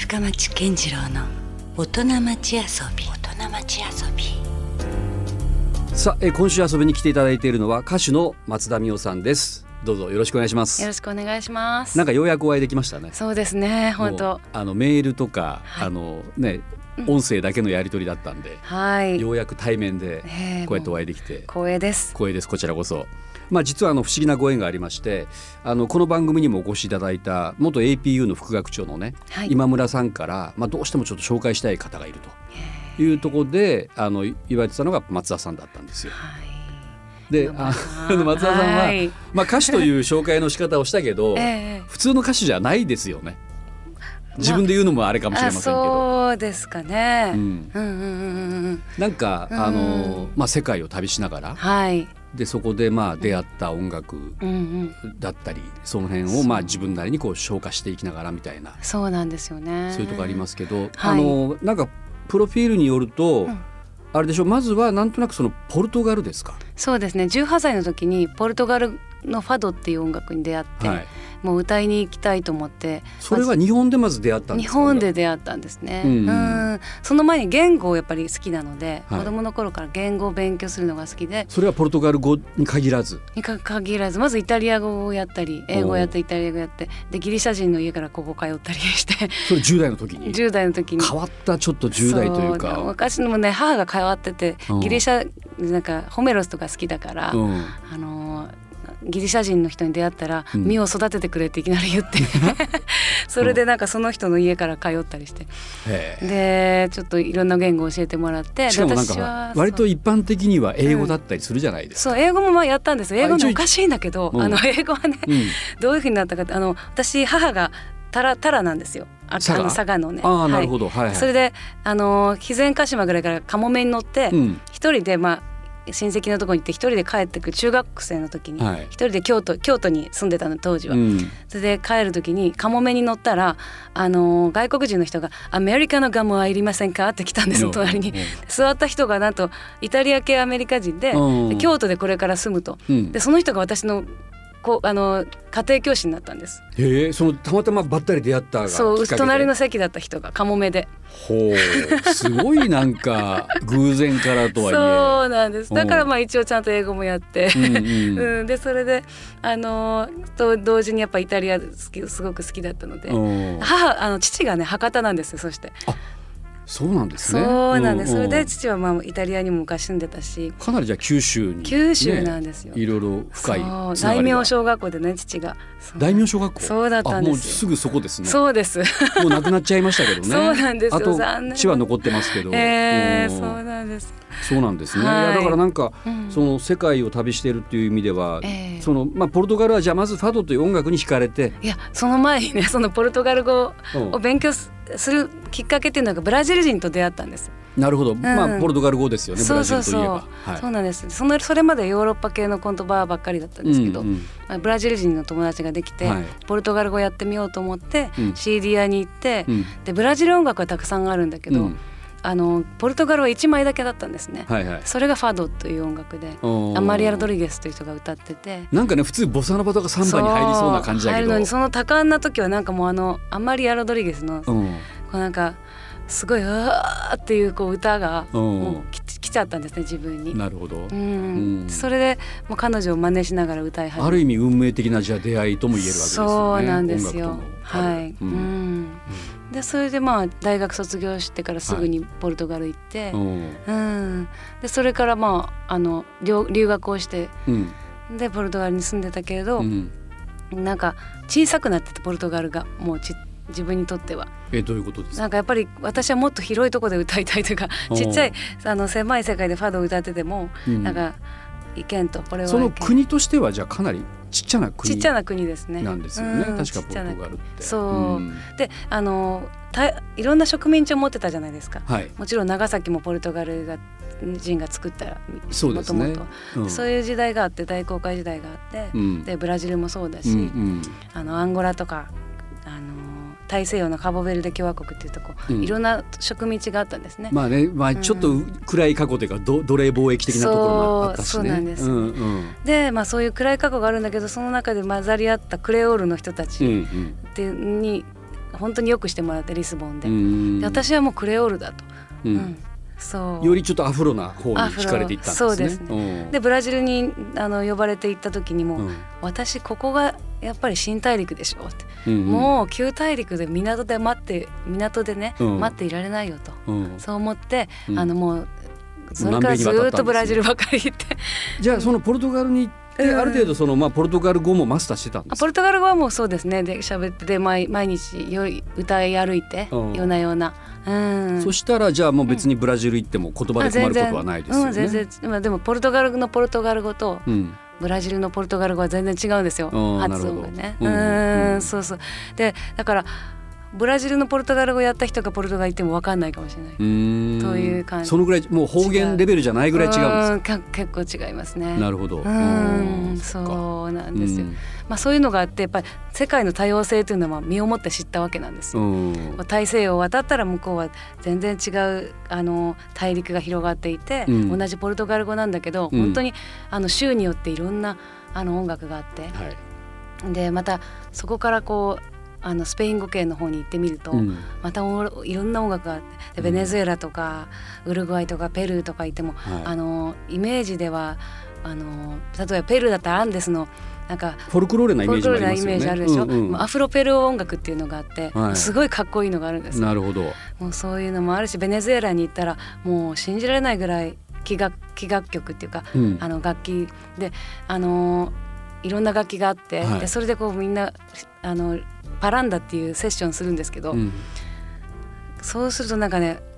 深町健次郎の大人町遊び。 さあ、今週遊びに来ていただいているのは歌手の松田美代さんです。どうぞよろしくお願いします。 よろしくお願いします。 なんかようやくお会いできましたね。 そうですね、本当メールとか、 はい、 音声だけのやり取りだったんで、 はい、 ようやく対面でこうやってお会いできて光栄です。 光栄です。こちらこそ。実は不思議なご縁がありまして、この番組にもお越しいただいた元 APU の副学長のね、はい、今村さんから、どうしてもちょっと紹介したい方がいるというところで言われてたのが松田さんだったんですよ。はい、で松田さんは、はい、歌手という紹介の仕方をしたけど、普通の歌手じゃないですよね。自分で言うのもあれかもしれませんけど、 そうですかね。 なんか世界を旅しながら、はい、でそこで出会った音楽だったり、その辺を自分なりにこう消化していきながらみたいな、 そうなんですよね。 そういうとこありますけど、 はい、 なんかプロフィールによると、あれでしょ、まずはなんとなくそのポルトガルですか。 そうですね、18歳の時にポルトガルのファドっていう音楽に出会って、はい、もう歌いに行きたいと思って。 それは日本でまず出会ったんですか。 日本で出会ったんですね。その前に言語をやっぱり好きなので、はい、子供の頃から言語を勉強するのが好きで。 それはポルトガル語に限らずまずイタリア語をやったり、英語をやってイタリア語やって、でギリシャ人の家からここ通ったりして。 それ10代の時に 10代の時に変わった、ちょっと10代というか、 昔のもね、母が通ってて、ギリシャなんかホメロスとか好きだから、ギリシャ人の人に出会ったら、身を育ててくれっていきなり言ってそれでなんかその人の家から通ったりして、でちょっといろんな言語を教えてもらって。 しかもなんか割と一般的には英語だったりするじゃないですか。 そう、英語もやったんですよ。英語もおかしいんだけど、英語はね、どういう風になったかって、私母がタラなんですよ。佐賀のね。 なるほど、はいはい、 それで肥前鹿島ぐらいからカモメに乗って、一人で親戚のところに行って一人で帰ってくる。中学生の時に一人で京都に住んでたの当時は、それで帰る時にカモメに乗ったら、外国人の人がアメリカのガムはいりませんかって来たんですよ。隣に座った人がなんとイタリア系アメリカ人で、京都でこれから住むと、でその人が私の家庭教師になったんです。 たまたまばったり出会ったがきっかけで。そう、 隣の席だった人がカモメで。 すごいなんか偶然からとはいえそうなんです。だから一応ちゃんと英語もやってでそれでと同時にやっぱイタリアすごく好きだったので、父がね博多なんですよ。そしてそうなんですね。 そうなんです。それで父はイタリアにも昔住んでたし、 かなりじゃあ九州なんですよ。 いろいろ深いつながりが。 大名小学校でね、父が。 大名小学校。 そうだったんですよ。 もうすぐそこですね。 そうです。 もうなくなっちゃいましたけどね。 そうなんですよ。 あと地は残ってますけど。 そうなんです。 そうなんですね。だからなんか、その世界を旅しているっていう意味では、ポルトガルはじゃあまずファドという音楽に惹かれて。 いや、その前にね、そのポルトガル語を勉強するきっかけっていうのがブラジル人と出会ったんです。 なるほど、ポルトガル語ですよね。ブラジルといえば。 そうなんです。それまでヨーロッパ系の言葉ばっかりだったんですけど、ブラジル人の友達ができて、ポルトガル語やってみようと思って、CD 屋に行って、でブラジル音楽はたくさんあるんだけど、ポルトガルは1枚だけだったんですね。それがファドという音楽で、アマリア・ロドリゲスという人が歌ってて、 なんかね、普通ボサノバとかサンバに入りそうな感じだけど、 入るのに、その多感な時はなんかもうアマリア・ロドリゲスの、なんかすごいうわーっていう歌がもう来ちゃったんですね、自分に。 なるほど。 それでもう彼女を真似しながら歌い始めて、 ある意味運命的な出会いとも言えるわけですよね。 そうなんですよ。はい。でそれで大学卒業してからすぐにポルトガル行って、でそれから留学をして、でポルトガルに住んでたけれど、なんか小さくなってて、ポルトガルがもう自分にとっては。 どういうことですか。 なんかやっぱり私はもっと広いところで歌いたいというか、ちっちゃい狭い世界でファドを歌ってても、なんかいけんと、これはその国としてはじゃあかなりちっちゃな国ですね。 なんですよね。確かポルトガルって。 そう、でいろんな植民地を持ってたじゃないですか。もちろん長崎もポルトガル人が作ったもともとそういう時代があって、大航海時代があって、でブラジルもそうだし、アンゴラとか大西洋のカボベルデ共和国っていうといろんな植民地があったんですね。 ちょっと暗い過去というか、奴隷貿易的なところもあったしね。 そうなんです。でそういう暗い過去があるんだけど、その中で混ざり合ったクレオールの人たちに本当によくしてもらってリスボンで、で私はもうクレオールだと、そうよりちょっとアフロな方に惹かれていったんですね。 そうですね。でブラジルに呼ばれて行った時にも、私ここがやっぱり新大陸でしょって、もう旧大陸で港でね、待っていられないよと、そう思って、もうそれからずっとブラジルばかり行ってじゃあそのポルトガルに行ってある程度ポルトガル語もマスターしてたんですか？ ポルトガル語はもうそうですね。で喋ってで毎日歌い歩いて、夜な夜な。 そしたらじゃあもう別にブラジル行っても言葉で困ることはないですよね。 全然、でもポルトガルのポルトガル語と、ブラジルのポルトガル語は全然違うんですよ、発音がね。そうそう。でだからブラジルのポルトガル語やった人がポルトガル行っても分かんないかもしれないという感じ。 そのぐらいもう方言レベルじゃないぐらい違うんですか？ 結構違いますね。 なるほど。 そうなんですよ。そういうのがあってやっぱり世界の多様性というのは身をもって知ったわけなんですよ。大西洋を渡ったら向こうは全然違う大陸が広がっていて、同じポルトガル語なんだけど、本当に州によっていろんな音楽があって、でまたそこからこうスペイン語圏の方に行ってみると、またいろんな音楽があって、ベネズエラとかウルグアイとかペルーとか行っても、イメージでは例えばペルーだったらアンデスのなんかフォルクローレなイメージもありますよね。 フォルクローレなイメージあるでしょ、アフロペルー音楽っていうのがあって、すごいかっこいいのがあるんです。 なるほど。 もうそういうのもあるし、ベネズエラに行ったらもう信じられないぐらい器楽曲っていうか、楽器でいろんな楽器があって、でそれでこうみんなパランダっていうセッションするんですけど、そうするとなんかね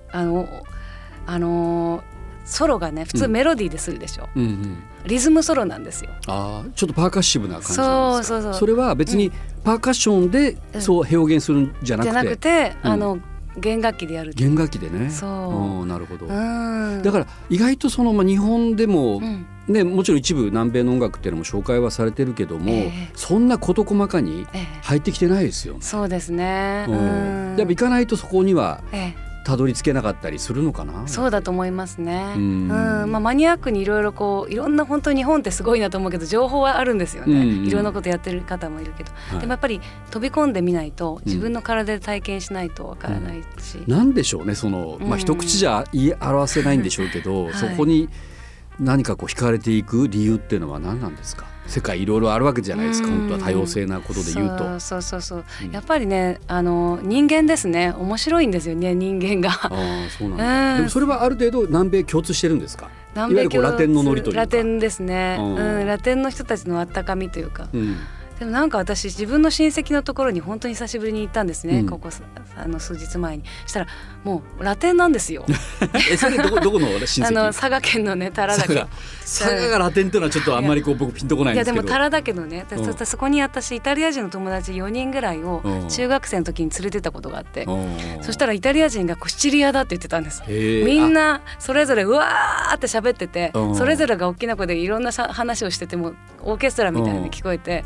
ソロがね普通メロディーでするでしょ、リズムソロなんですよ。 ちょっとパーカッシブな感じなんですか？ そうそれは別にパーカッションでそう表現するんじゃなくて、弦楽器でやる。 弦楽器でね。なるほど。だから意外と日本でも、もちろん一部南米の音楽っていうのも紹介はされてるけども、そんな事細かに入ってきてないですよね。 そうですね。 やっぱ行かないとそこにはたどり着けなかったりするのかな。 そうだと思いますね。マニアックにいろいろいろんな本当に日本ってすごいなと思うけど情報はあるんですよね。いろんなことやってる方もいるけど、でもやっぱり飛び込んでみないと自分の体で体験しないとわからないし、 なんでしょうね一口じゃ言い表せないんでしょうけど、そこに何か惹かれていく理由っていうのは何なんですか？世界いろいろあるわけじゃないですか。本当は多様性なことで言うと。そうやっぱりね人間ですね。面白いんですよね、人間が。 そうなんでもそれはある程度南米共通してるんですか？いわゆるラテンのノリというか。 ラテンですね。ラテンの人たちのあったかみというか、でもなんか私自分の親戚のところに本当に久しぶりに行ったんですね、ここ数日前に。したらもうラテンなんですよ。 それどこの親戚？ 佐賀県のね、多良岳。 佐賀がラテンっていうのはちょっとあんまり僕ピンとこないんですけど。 いやでも多良岳のね、そこに私イタリア人の友達4人ぐらいを中学生の時に連れてったことがあって、そしたらイタリア人がシチリアだって言ってたんです。みんなそれぞれうわーって喋ってて、それぞれが大きな声でいろんな話をしててもオーケストラみたいに聞こえて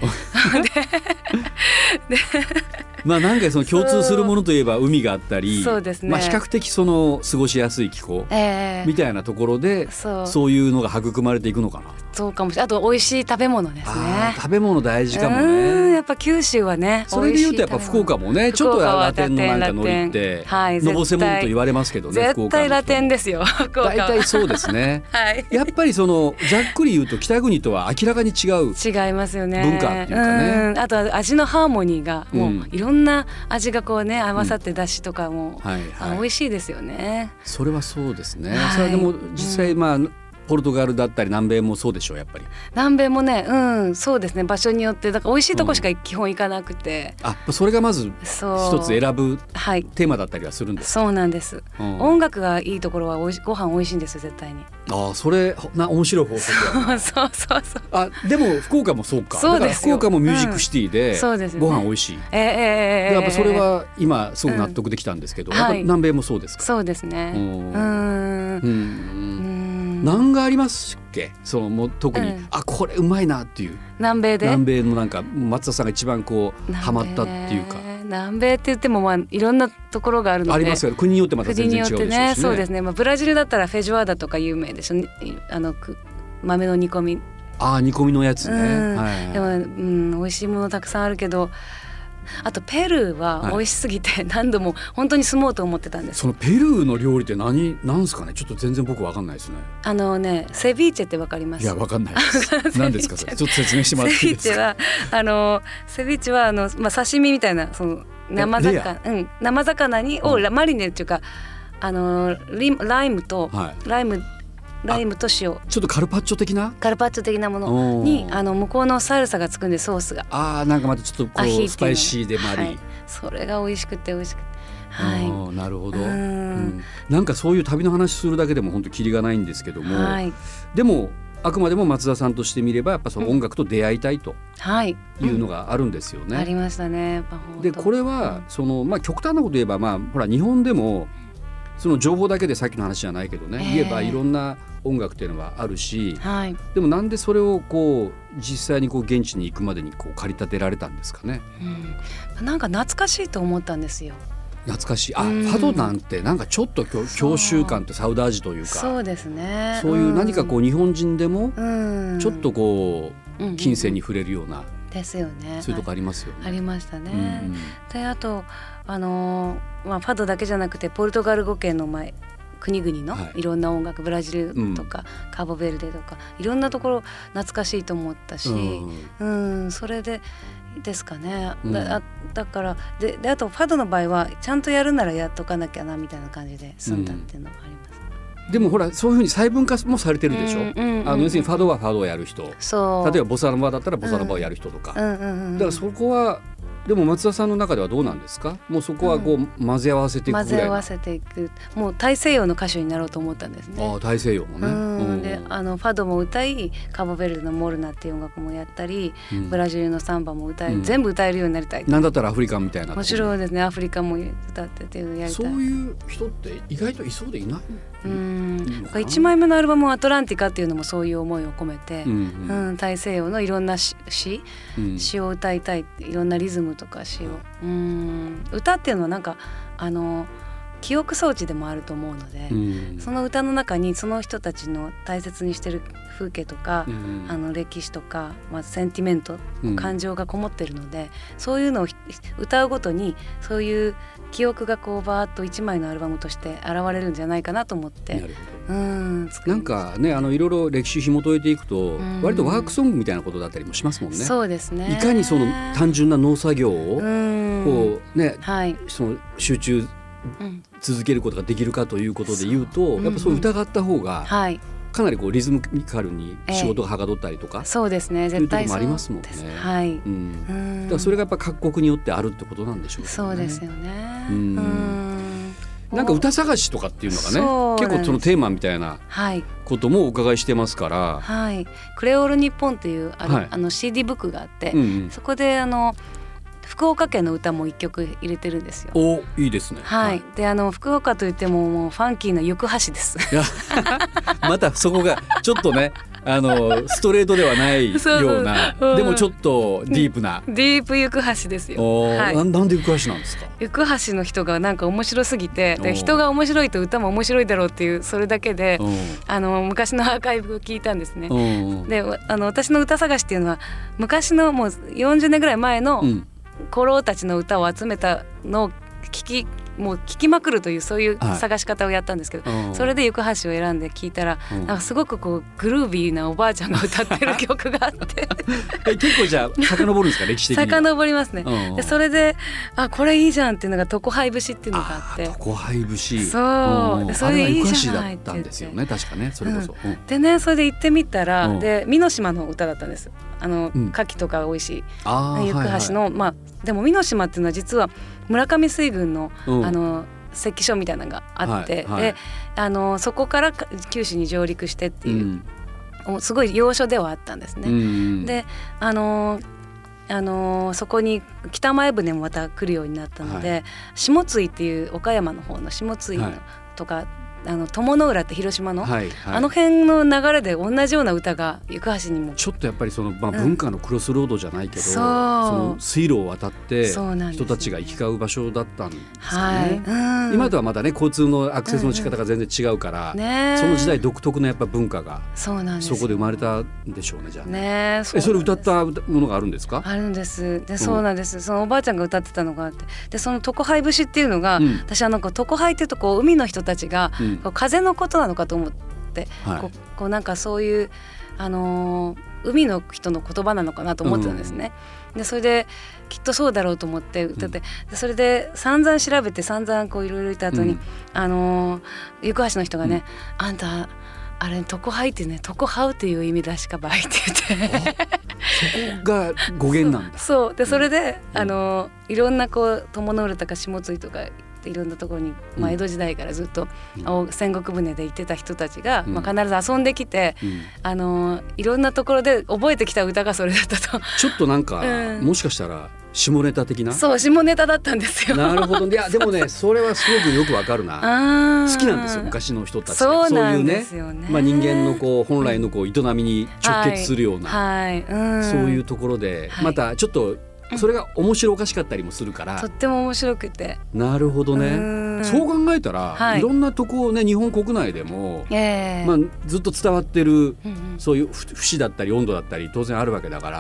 なんか共通するものといえば海があったり、 そうですね、 比較的過ごしやすい気候みたいなところで、そういうのが育まれていくのかな。 そうかもしれない。あと美味しい食べ物ですね。 食べ物大事かもね。 やっぱ九州はね、 それでいうとやっぱ福岡もね、ちょっとラテンのなんかノリってのぼせ物と言われますけどね。 絶対ラテンですよ、福岡は。 大体そうですね。やっぱりざっくり言うと北国とは明らかに違いますよね、 文化っていうかね。 あとは味のハーモニーがもういろんな味が合わさって出汁とかも美味しいですよね。 それはそうですね。それでも実際ポルトガルだったり南米もそうでしょう。やっぱり南米もね、そうですね、場所によってだから美味しいとこしか基本行かなくて、 それがまず一つ選ぶテーマだったりはするんですか？ そうなんです、音楽がいいところはご飯美味しいんですよ、絶対に。 それ面白い法則だ。そうでも福岡もそうか。だから福岡もミュージックシティでご飯美味しい。やっぱそれは今すごく納得できたんですけど、やっぱ南米もそうですか？ そうですね。 何がありますっけ？もう特にこれうまいなっていう。 南米のなんか松田さんが一番ハマったっていうか。 南米って言ってもいろんなところがあるので。 ありますよ。国によってまた全然違うでしょうしね。国によってね、 そうですね。ブラジルだったらフェジョアダとか有名でしょ。豆の煮込み。 煮込みのやつね。 でも美味しいものたくさんあるけど、 あとペルーは美味しすぎて何度も本当に住もうと思ってたんです。 そのペルーの料理って何ですかね。ちょっと全然僕分かんないですね。 セビーチェって分かります？ いや分かんないです何ですかそれ。ちょっと説明してもらっていいですか。 セビーチェは刺身みたいなその生魚にマリネっていうかライムと塩、ちょっとカルパッチョ的なものに向こうのサルサがつくんでソースがなんかまたちょっとこうスパイシーでもあり、はい、 それが美味しくて、はい、 なるほど、なんかそういう旅の話するだけでも本当キリがないんですけども、はい、でもあくまでも松田さんとしてみればやっぱその音楽と出会いたいというのがあるんですよね。 ありましたね。 でこれは極端なこと言えばほら日本でもその情報だけでさっきの話じゃないけどね、言えばいろんな音楽っていうのはあるし、でもなんでそれをこう実際にこう現地に行くまでにこう駆り立てられたんですかね。 なんか懐かしいと思ったんですよ。 懐かしい。ファドなんてなんかちょっと郷愁感とサウダージというか、 そうですね。 そういう何かこう日本人でもちょっとこう金銭に触れるようなですよね。 そういうとこありますよね。 ありましたね。であとファドだけじゃなくてポルトガル語圏の国々のいろんな音楽、ブラジルとかカボベルデとかいろんなところ懐かしいと思ったし、それでですかね。だからであとファドの場合はちゃんとやるならやっとかなきゃなみたいな感じで済んだっていうのがあります。 でもほらそういうふうに細分化もされてるでしょ。要するにファドはファドをやる人、例えばボサノバだったらボサノバをやる人とか、だからそこはでも松田さんの中ではどうなんですか。もうそこはこう混ぜ合わせていくぐらい、 混ぜ合わせていく、もう大西洋の歌手になろうと思ったんですね。 大西洋もね。 でファドも歌い、カボベルデのモルナっていう音楽もやったり、ブラジルのサンバも歌い、全部歌えるようになりたい。 なんだったらアフリカンみたいな。 もちろんですね。アフリカも歌ってっていうのやりたい。 そういう人って意外といそうでいない。 1枚目のアルバム「アトランティカ」っていうのもそういう思いを込めて、大西洋のいろんな詩を歌いたい、いろんなリズムとか詩を、歌っていうのはなんか記憶装置でもあると思うので、その歌の中にその人たちの大切にしてる風景とか、歴史とか、センティメント、感情がこもってるので、そういうのを歌うごとにそういう記憶がこうバーッと一枚のアルバムとして現れるんじゃないかなと思って。 なんかね、いろいろ歴史紐解いていくと、割とワークソングみたいなことだったりもしますもんね。 そうですね。 いかにその単純な農作業をこうね、その集中続けることができるかということでいうと、やっぱそう疑った方がかなりこうリズミカルに仕事がはかどったりとか、 そうですね、 絶対そういうところもありますもんね。だからそれがやっぱ各国によってあるってことなんでしょうね。 そうですよね。 なんか歌探しとかっていうのがね、結構そのテーマみたいなこともお伺いしてますから、 クレオール日本っていうCD ブックがあって、そこで福岡県の歌も一曲入れてるんですよ。 いいですね。 で福岡といってもうファンキーな行橋です。 またそこがちょっとねストレートではないような、でもちょっとディープなディープ行橋ですよ。 なんで行橋なんですか。 行橋の人がなんか面白すぎて、で人が面白いと歌も面白いだろうっていう、それだけで昔のアーカイブを聞いたんですね。で私の歌探しっていうのは昔のもう40年ぐらい前の古老たちの歌を集めたのをもう聞きまくるという、そういう探し方をやったんですけど、それで行橋を選んで聞いたら、なんかすごくこうグルービーなおばあちゃんが歌ってる曲があって結構じゃあ遡るんですか、歴史的に。 遡りますね。でそれでこれいいじゃんっていうのが常杯節っていうのがあって、 常杯節、 そうでそれでいいじゃないって言って、あれは行橋だったんですよね、確かね、それこそ。 でね、それで行ってみたら、で箕島の歌だったんです。牡蠣とかが美味しい行橋の、でも箕島っていうのは実は村上水軍の石器所みたいなのがあって、でそこから九州に上陸してっていう、すごい要所ではあったんですね。でそこに北前船もまた来るようになったので、下津井っていう岡山の方の下津井のとか友の浦って広島の、あの辺の流れで同じような歌が行橋にもちょっとやっぱりその、文化のクロスロードじゃないけど、その水路を渡って人たちが行き交う場所だったんですかね。今とはまたね交通のアクセスの仕方が全然違うから、その時代独特のやっぱ文化がそこで生まれたんでしょうね。じゃあね、それ歌ったものがあるんですか？あるんです。 でそうなんです。そのおばあちゃんが歌ってたのがあって、でその常杯節っていうのが、私は常杯っていうとこう海の人たちが、風のことなのかと思って、こうなんかそういう海の人の言葉なのかなと思ってたんですね。でそれできっとそうだろうと思って歌って、それで散々調べて散々こういろいろ言った後に、行橋の人がね、あんたあれ常杯ってね、常はうっていう意味だしかばいって言ってそこが語源なんだ。 そうでそれで、いろんなこう友の浦とか下津井とかいろんなところに、江戸時代からずっと、戦国船で行ってた人たちが、必ず遊んできて、いろんなところで覚えてきた歌がそれだったと。 ちょっとなんか、もしかしたら下ネタ的な。 そう下ネタだったんですよ。 なるほど。いやでもねそれはすごくよくわかるな。好きなんですよ昔の人たち。 そうなんですよね。 人間のこう本来のこう営みに直結するような、そういうところで、またちょっとそれが面白おかしかったりもするから、 とっても面白くて。 なるほどね。そう考えたら、いろんなとこね日本国内でも、ずっと伝わってる、そういう節だったり温度だったり当然あるわけだから、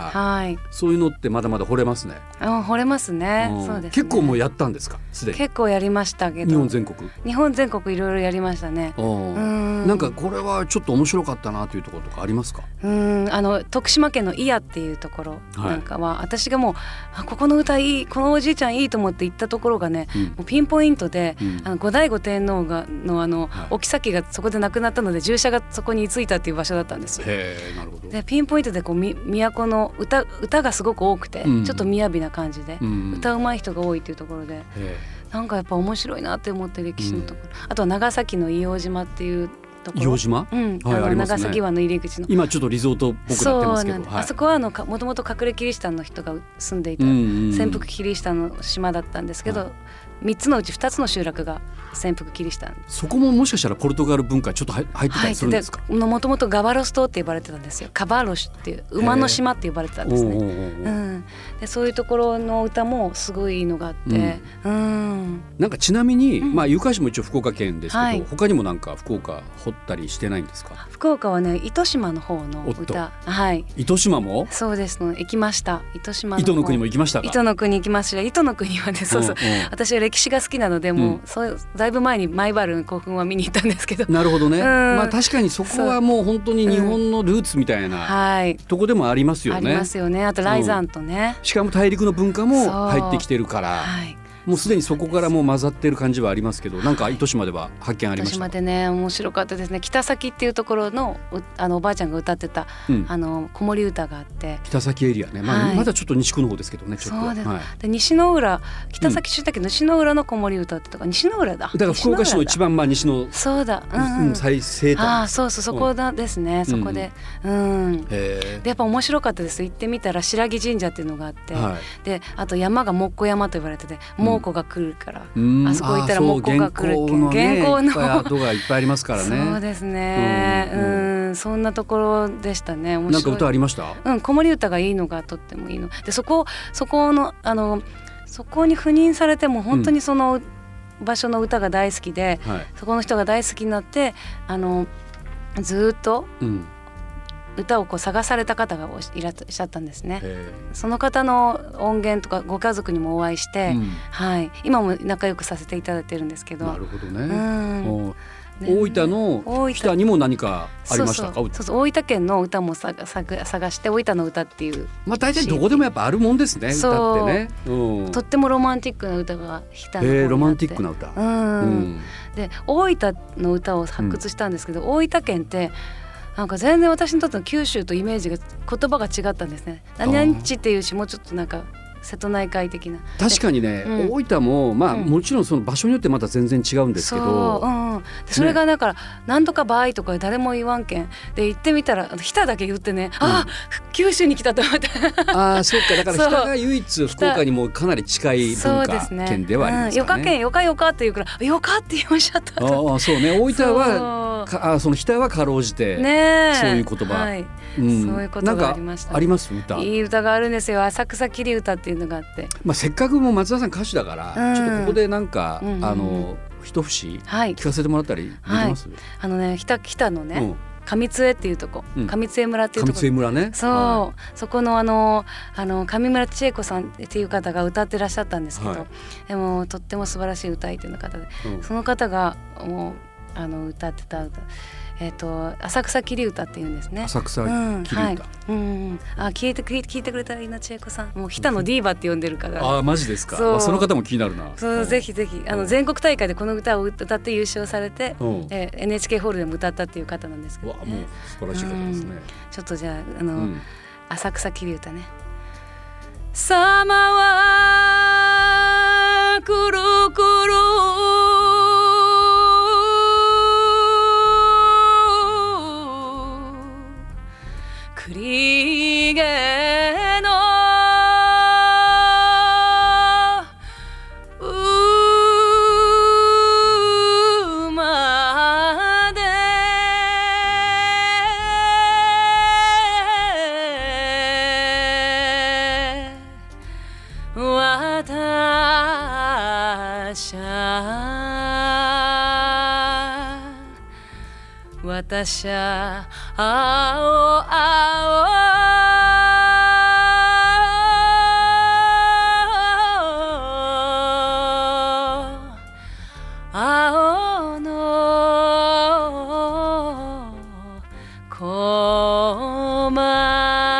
そういうのってまだまだ掘れますね。 掘れますね。そうですね。 結構もうやったんですか？すでに結構やりましたけど。日本全国いろいろやりましたね。 なんかこれはちょっと面白かったなというところとかありますか？ 徳島県の祖谷っていうところなんかは、私がもうここの歌いい、このおじいちゃんいいと思って行ったところがね、もうピンポイントで、後醍醐天皇のお妃がそこで亡くなったので従者がそこに居ついたっていう場所だったんですよ。 なるほど。 でピンポイントでこう都の歌がすごく多くて、ちょっと雅な感じで、歌うまい人が多いっていうところで、なんかやっぱ面白いなって思って歴史のところ、あとは長崎の硫黄島っていう硫黄島、 長崎湾の入り口の今ちょっとリゾートっぽくなってますけど、 あそこはもともと隠れキリシタンの人が住んでいた潜伏キリシタンの島だったんですけど、3つのうち2つの集落が潜伏キリシタン。 そこももしかしたらポルトガル文化ちょっと入ってたりするんですか？ もともとガバロス島って呼ばれてたんですよ。カバロシュっていう馬の島って呼ばれてたんですね。でそういうところの歌もすごいいいのがあって、 なんかちなみに、行橋も一応福岡県ですけど、他にもなんか福岡掘ったりしてないんですか？ 福岡はね糸島の方の歌。 糸島もそうですの行きました。糸島の糸の国も行きましたか？ 糸の国行きました。糸の国はね、私は歴史が好きなので、もうそうだいぶ前にマイバルの興奮は見に行ったんですけど。 なるほどね。確かにそこはもう本当に日本のルーツみたいなとこでもありますよね。 ありますよね。あとライザンとね、 しかも大陸の文化も入ってきてるから、もうすでにそこからもう混ざってる感じはありますけど、なんか糸島では発見ありましたか？ 糸島でね面白かったですね。北崎っていうところのおばあちゃんが歌ってた、子守歌があって、 北崎エリアね、まだちょっと西区の方ですけどね、ちょっと。 そうです。で西の浦、北崎市だけど西の浦の子守歌ってとか、西の浦だ。 だから福岡市の一番西のそうだ、 最西端。 そうそこだですね。そこで、でやっぱ面白かったです。行ってみたら白木神社っていうのがあって、であと山が木工山と言われてて、猛虎が来るから、あそこ行ったら木工が来るっけ。 原稿の跡がいっぱいありますからね。 そうですね。そんなところでしたね。面白い。 なんか歌ありました？ 子守歌がいいのがとってもいいので、そこのそこに赴任されても本当にその場所の歌が大好きで、そこの人が大好きになってずっと歌をこう探された方がいらっしゃったんですね。その方の音源とかご家族にもお会いして、今も仲良くさせていただいてるんですけど。 なるほどね。大分の北にも何かありましたか？ 大分県の歌も探して大分の歌っていう、 大体どこでもやっぱあるもんですね。歌ってね、 とってもロマンティックな歌が北の方にあって、 ロマンティックな歌。 で大分の歌を発掘したんですけど、大分県ってなんか全然私にとっての九州とイメージが言葉が違ったんですね。何々地っていうし、もうちょっとなんか瀬戸内海的な。 確かにね、大分もまあ、もちろんその場所によってまた全然違うんですけど、 それがだからなんとか場合とか誰も言わんけんで行ってみたら日田だけ言ってね、九州に来たと思ってそうか、だから日田が唯一福岡にもかなり近い文化圏ではありますからね。 よか県よかよかって言うからよかって言いましたと。 そうね、大分はその日田はかろうじてそういう言葉、 そういうことがありました。 あります歌。 いい歌があるんですよ。浅草切り歌っていうのがあって、 せっかくもう松田さん歌手だから、ちょっとここでなんか一節聞かせてもらったりできます？ 日田のね、上津江っていうとこ、上津江村っていうとこ、 上津江村ね、 そこの上村千恵子さんっていう方が歌ってらっしゃったんですけど、でもとっても素晴らしい歌い手の方で、その方がもう歌ってた歌、浅草切り歌っていうんですね。 浅草切り歌、 聞いてくれたらいいな、千恵子さん。もう日田のディーバって呼んでるから。 マジですか。その方も気になるな。 ぜひぜひ全国大会でこの歌を歌って優勝されて、NHK ホールでも歌ったっていう方なんですけど、 もう素晴らしい方ですね。 ちょっとじゃあ浅草切り歌ね。さまはくるくる栗毛の馬で私は青青の駒。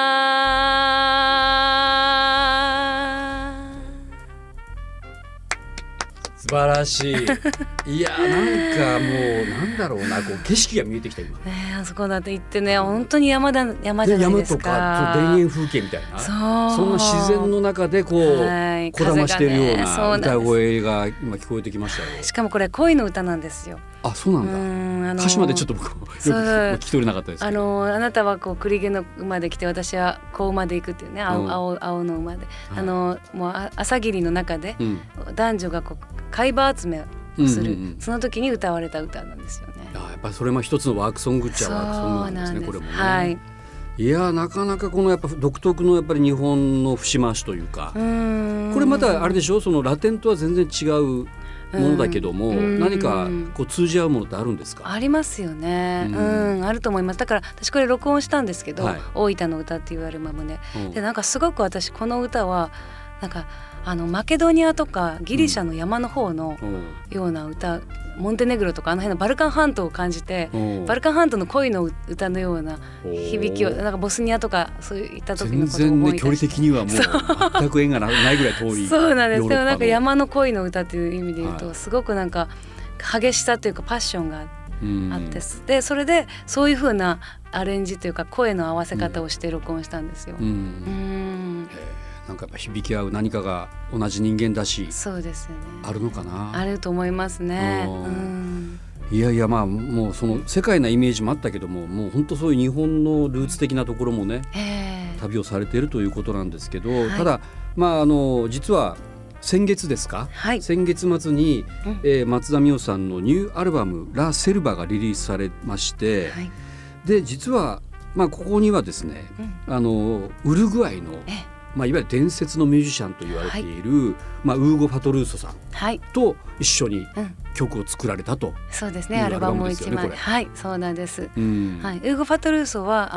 素晴らしい。いや、なんかもうなんだろうな、こう景色が見えてきた今。 あそこだって行ってね、本当に山じゃないですか。 山とか田園風景みたいな、そんな自然の中でこうこだましているような歌声が今聞こえてきましたよ。 しかもこれ恋の歌なんですよ。 そうなんだ。歌詞までちょっと僕よく聞き取れなかったですけど、 あなたはこう栗毛の馬で来て、私は子馬で行くっていうね、青の馬で、もう朝霧の中で男女がこう貝羽集めをする、その時に歌われた歌なんですよね。 やっぱりそれも一つのワークソングっちゃワークソングなんですね、これもね。いや、なかなかこのやっぱ独特のやっぱり日本の節回しというか、これまたあれでしょ、そのラテンとは全然違うものだけども、何かこう通じ合うものってあるんですか？ ありますよね。あると思います。だから私これ録音したんですけど、大分の歌っていうアルバムで、なんかすごく私この歌はなんかマケドニアとかギリシャの山の方のような歌、モンテネグロとかあの辺のバルカン半島を感じて、バルカン半島の恋の歌のような響きを、なんかボスニアとかそういった時のことを思い出して、 全然ね、距離的にはもう全く縁がないぐらい遠いそうなんです。でもなんか山の恋の歌っていう意味で言うと、すごくなんか激しさというかパッションがあって、でそれでそういう風なアレンジというか声の合わせ方をして録音したんですよ。 なんかやっぱ響き合う何かが同じ人間だし、 そうですよね、 あるのかな。 あると思いますね。 いやいや、もうその世界なイメージもあったけども、もう本当そういう日本のルーツ的なところもね、旅をされているということなんですけど、ただ実は先月ですか、先月末に、松田美代さんのニューアルバムラ・セルバがリリースされまして、で実はここにはですね、ウルグアイのいわゆる伝説のミュージシャンと言われている、ウーゴ・ファトルーソさんと一緒に曲を作られたと、 そうですね、アルバムを1枚、そうなんです。ウーゴ・ファトルーソは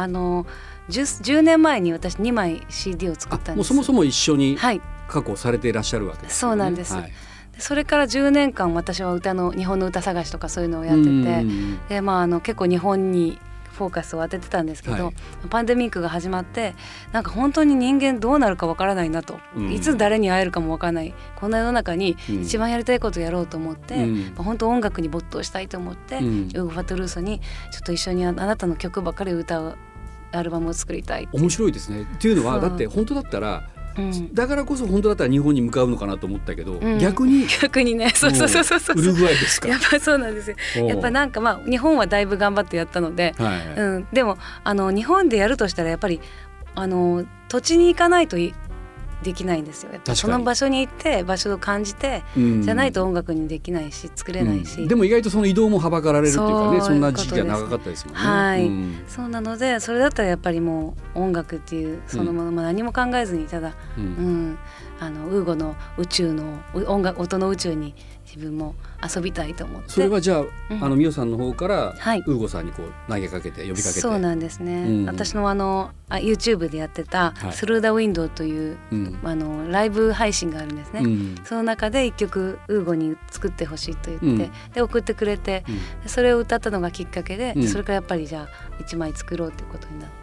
10年前に私2枚 CD を作ったんです。 もうそもそも一緒に過去されていらっしゃるわけですよね。 そうなんです。それから10年間私は日本の歌探しとかそういうのをやってて、で結構日本にフォーカスを当ててたんですけど、パンデミックが始まって、なんか本当に人間どうなるかわからないなと、いつ誰に会えるかもわからない、こんな世の中に一番やりたいことをやろうと思って、本当音楽に没頭したいと思って、ウーゴ・ファトルーソにちょっと一緒にあなたの曲ばかり歌うアルバムを作りたい。 面白いですね。っていうのはだって本当だったらだからこそ本当だったら日本に向かうのかなと思ったけど、逆にね、そうウルグアイですか。 やっぱそうなんですよ。やっぱなんか日本はだいぶ頑張ってやったので、でも日本でやるとしたらやっぱり土地に行かないとできないんですよ。やっぱその場所に行って場所を感じて、じゃないと音楽にできないし作れないし、 でも意外とその移動もはばかられるっていうかね、そんな時期が長かったですもんね。 はい、そうなのでそれだったらやっぱりもう音楽っていうそのものも何も考えずにただ、ウーゴの宇宙の音の宇宙に自分も遊びたいと思って。 それはじゃあ、ミオさんの方からウーゴさんにこう投げかけて呼びかけて。 そうなんですね、私のYouTube でやってたスルーダウィンドウという、ライブ配信があるんですね、その中で一曲ウーゴに作ってほしいと言って、で送ってくれて、それを歌ったのがきっかけで、それからやっぱりじゃあ1枚作ろうということになって、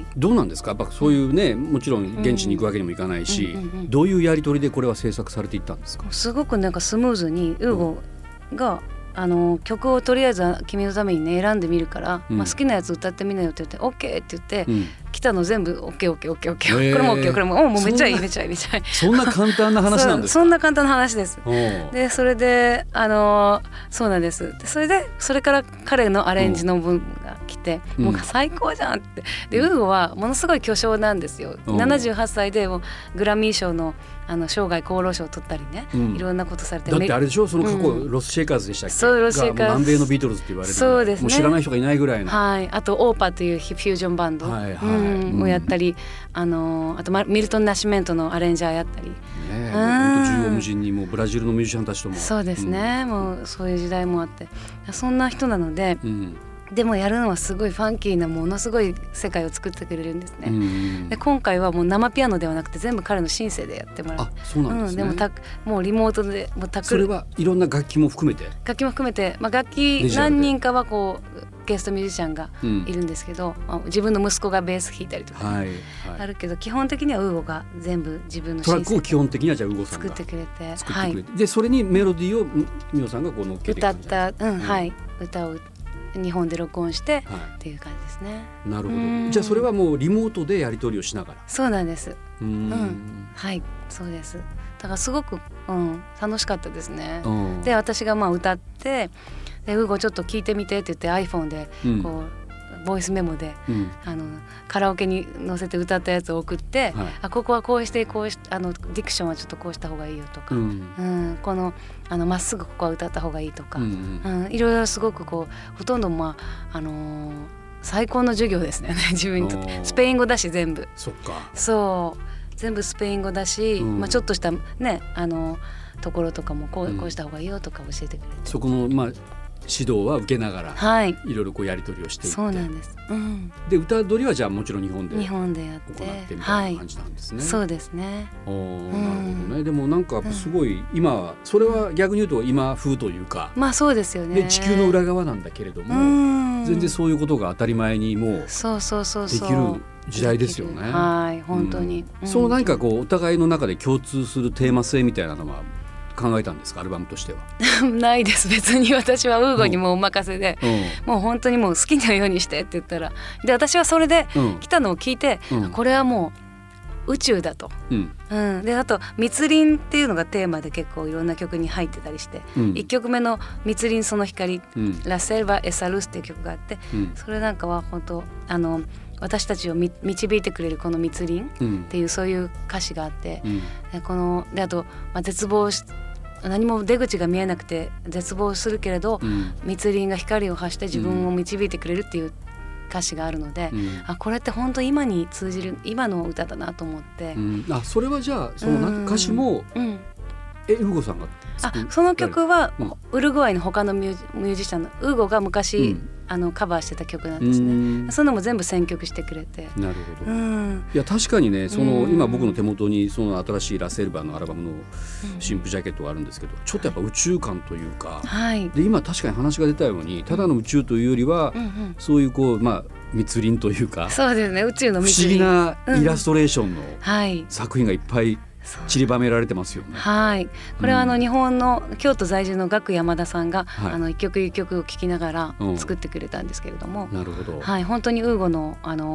どうなんですか。やっぱそういうね、もちろん現地に行くわけにもいかないし、どういうやり取りでこれは制作されていったんですか。 すごくなんかスムーズにウーゴが曲をとりあえず君のためにね選んでみるから、好きなやつ歌ってみなよって言って OK って言って、来たの全部 OKOKOK、これも OK これももうめっちゃいいめっちゃいいめっちゃいい。 そんな簡単な話なんですか。 そんな簡単な話です。でそれでそうなんです。それから彼のアレンジの分が来て、もう最高じゃんって。でウーゴはものすごい巨匠なんですよ。78歳でもグラミー賞の生涯功労賞を取ったりね、いろんなことされて。 だってあれでしょ、その過去、ロスシェイカーズでしたっけ。 そうロスシェイカーズ、 南米のビートルズって言われる。 そうですね、 もう知らない人がいないぐらいの。 あとオーパというフュージョンバンドをやったり、あとミルトン・ナシメントのアレンジャーやったり、 本当縦横無尽にもうブラジルのミュージシャンたちとも。 そうですね、もうそういう時代もあって、そんな人なので、でもやるのはすごいファンキーなものすごい世界を作ってくれるんですね。で今回はもう生ピアノではなくて全部彼のシンセでやってもらう。 そうなんですね。 でももうリモートでもうそれはいろんな楽器も含めて。 楽器何人かはこうゲストミュージシャンがいるんですけど、自分の息子がベース弾いたりとかあるけど、基本的にはウーゴが全部自分のシンセトラックを基本的にはじゃあウーゴさんが作ってくれて、 でそれにメロディーをミオさんがこう乗っけて歌った歌を日本で録音してっていう感じですね。 なるほど。じゃあそれはもうリモートでやり取りをしながら。 そうなんです。はい、そうです。だからすごく楽しかったですね。で私が歌って、でウーゴちょっと聞いてみてって言って iPhone でこうボイスメモでカラオケに載せて歌ったやつを送って、ここはこうしてディクションはちょっとこうした方がいいよとか、このまっすぐここは歌った方がいいとか、いろいろすごくこうほとんど最高の授業ですね自分にとって。スペイン語だし全部。 そっか。 そう全部スペイン語だし、ちょっとしたねところとかもこうした方がいいよとか教えてくれて、 そこの指導は受けながら、いろいろこうやり取りをしていって。 そうなんです。 で歌取りはじゃあもちろん日本でやって行ってみたいな感じなんですね。 そうですね。 なるほどね。でもなんかすごい今それは逆に言うと今風というか、 そうですよね。 で地球の裏側なんだけれども、全然そういうことが当たり前にもうできる時代ですよね。 本当に。 その何かこうお互いの中で共通するテーマ性みたいなのは考えたんですか、アルバムとしては。 ないです。別に私はウーゴにもお任せで、もう本当にもう好きなようにしてって言ったら、で私はそれで来たのを聞いて、これはもう宇宙だと、であと密林っていうのがテーマで結構いろんな曲に入ってたりして、1曲目の密林その光、ラセルバ・エサルスっていう曲があって、それなんかは本当私たちを導いてくれるこの密林っていうそういう歌詞があって、であと、絶望何も出口が見えなくて絶望するけれど、密林が光を発して自分を導いてくれるっていう歌詞があるので、これって本当今に通じる今の歌だなと思って、 それはじゃあその歌詞もウーゴさんがその曲はウルグアイの他のミュージシャンのウーゴが昔、カバーしてた曲なんですね。そのも全部選曲してくれて。 なるほど。いや確かにね、今僕の手元にその新しいラセルバーのアルバムの新譜ジャケットがあるんですけど、ちょっとやっぱ宇宙感というか、で今確かに話が出たようにただの宇宙というよりは、そういうこう密林というか、 そうですね、宇宙の密林、 不思議なイラストレーションの作品がいっぱい散りばめられてますよね。 これは日本の京都在住の岳山田さんが、一曲一曲を聴きながら作ってくれたんですけれども、 なるほど。 本当にウーゴの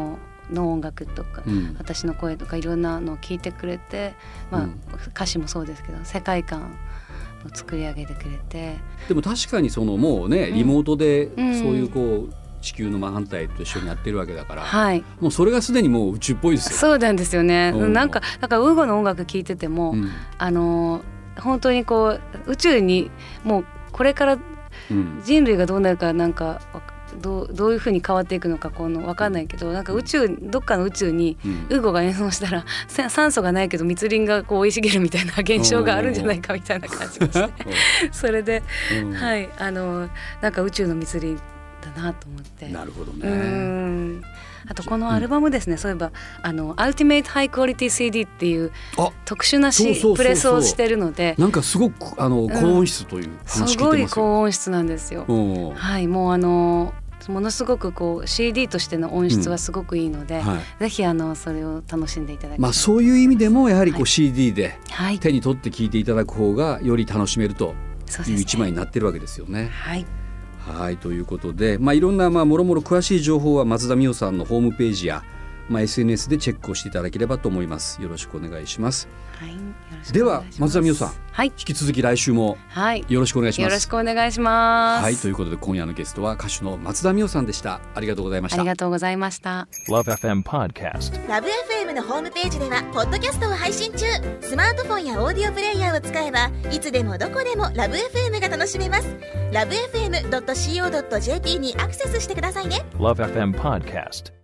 の音楽とか、私の声とかいろんなのを聞いてくれて、歌詞もそうですけど世界観を作り上げてくれて。 でも確かにそのもうねリモートでそういうこう地球の真反対と一緒にやってるわけだから、もうそれがすでにもう宇宙っぽいですよ。 そうなんですよね、なんかウーゴの音楽聴いてても、本当にこう宇宙にもうこれから人類がどうなるかなんかどういうふうに変わっていくのか分かんないけど、なんかどっかの宇宙にウーゴが演奏したら酸素がないけど密林がこう生い茂るみたいな現象があるんじゃないかみたいな感じがしてそれで、なんか宇宙の密林だなと思って。 なるほどね。 あとこのアルバムですね、そういえばUltimate High Quality CD っていう特殊なプレスをしてるので、 なんかすごく高音質という話聞いてますよ。 すごい高音質なんですよ。もうものすごくこう CD としての音質はすごくいいので、ぜひそれを楽しんでいただきたい。 そういう意味でもやはりこう CD で手に取って聴いていただく方がより楽しめるという一枚になってるわけですよね。はい、ということで、いろんなもろもろ詳しい情報は松田美代さんのホームページや、SNS でチェックをしていただければと思います。よろしくお願いします。では松田美代さん、引き続き来週もよろしくお願いします。 よろしくお願いします。 ということで今夜のゲストは歌手の松田美代さんでした。ありがとうございました。 ありがとうございました。 LoveFM Podcast LoveFM のホームページではポッドキャストを配信中。スマートフォンやオーディオプレイヤーを使えばいつでもどこでも LoveFM が楽しめます。 LoveFM.co.jp にアクセスしてくださいね。 LoveFM Podcast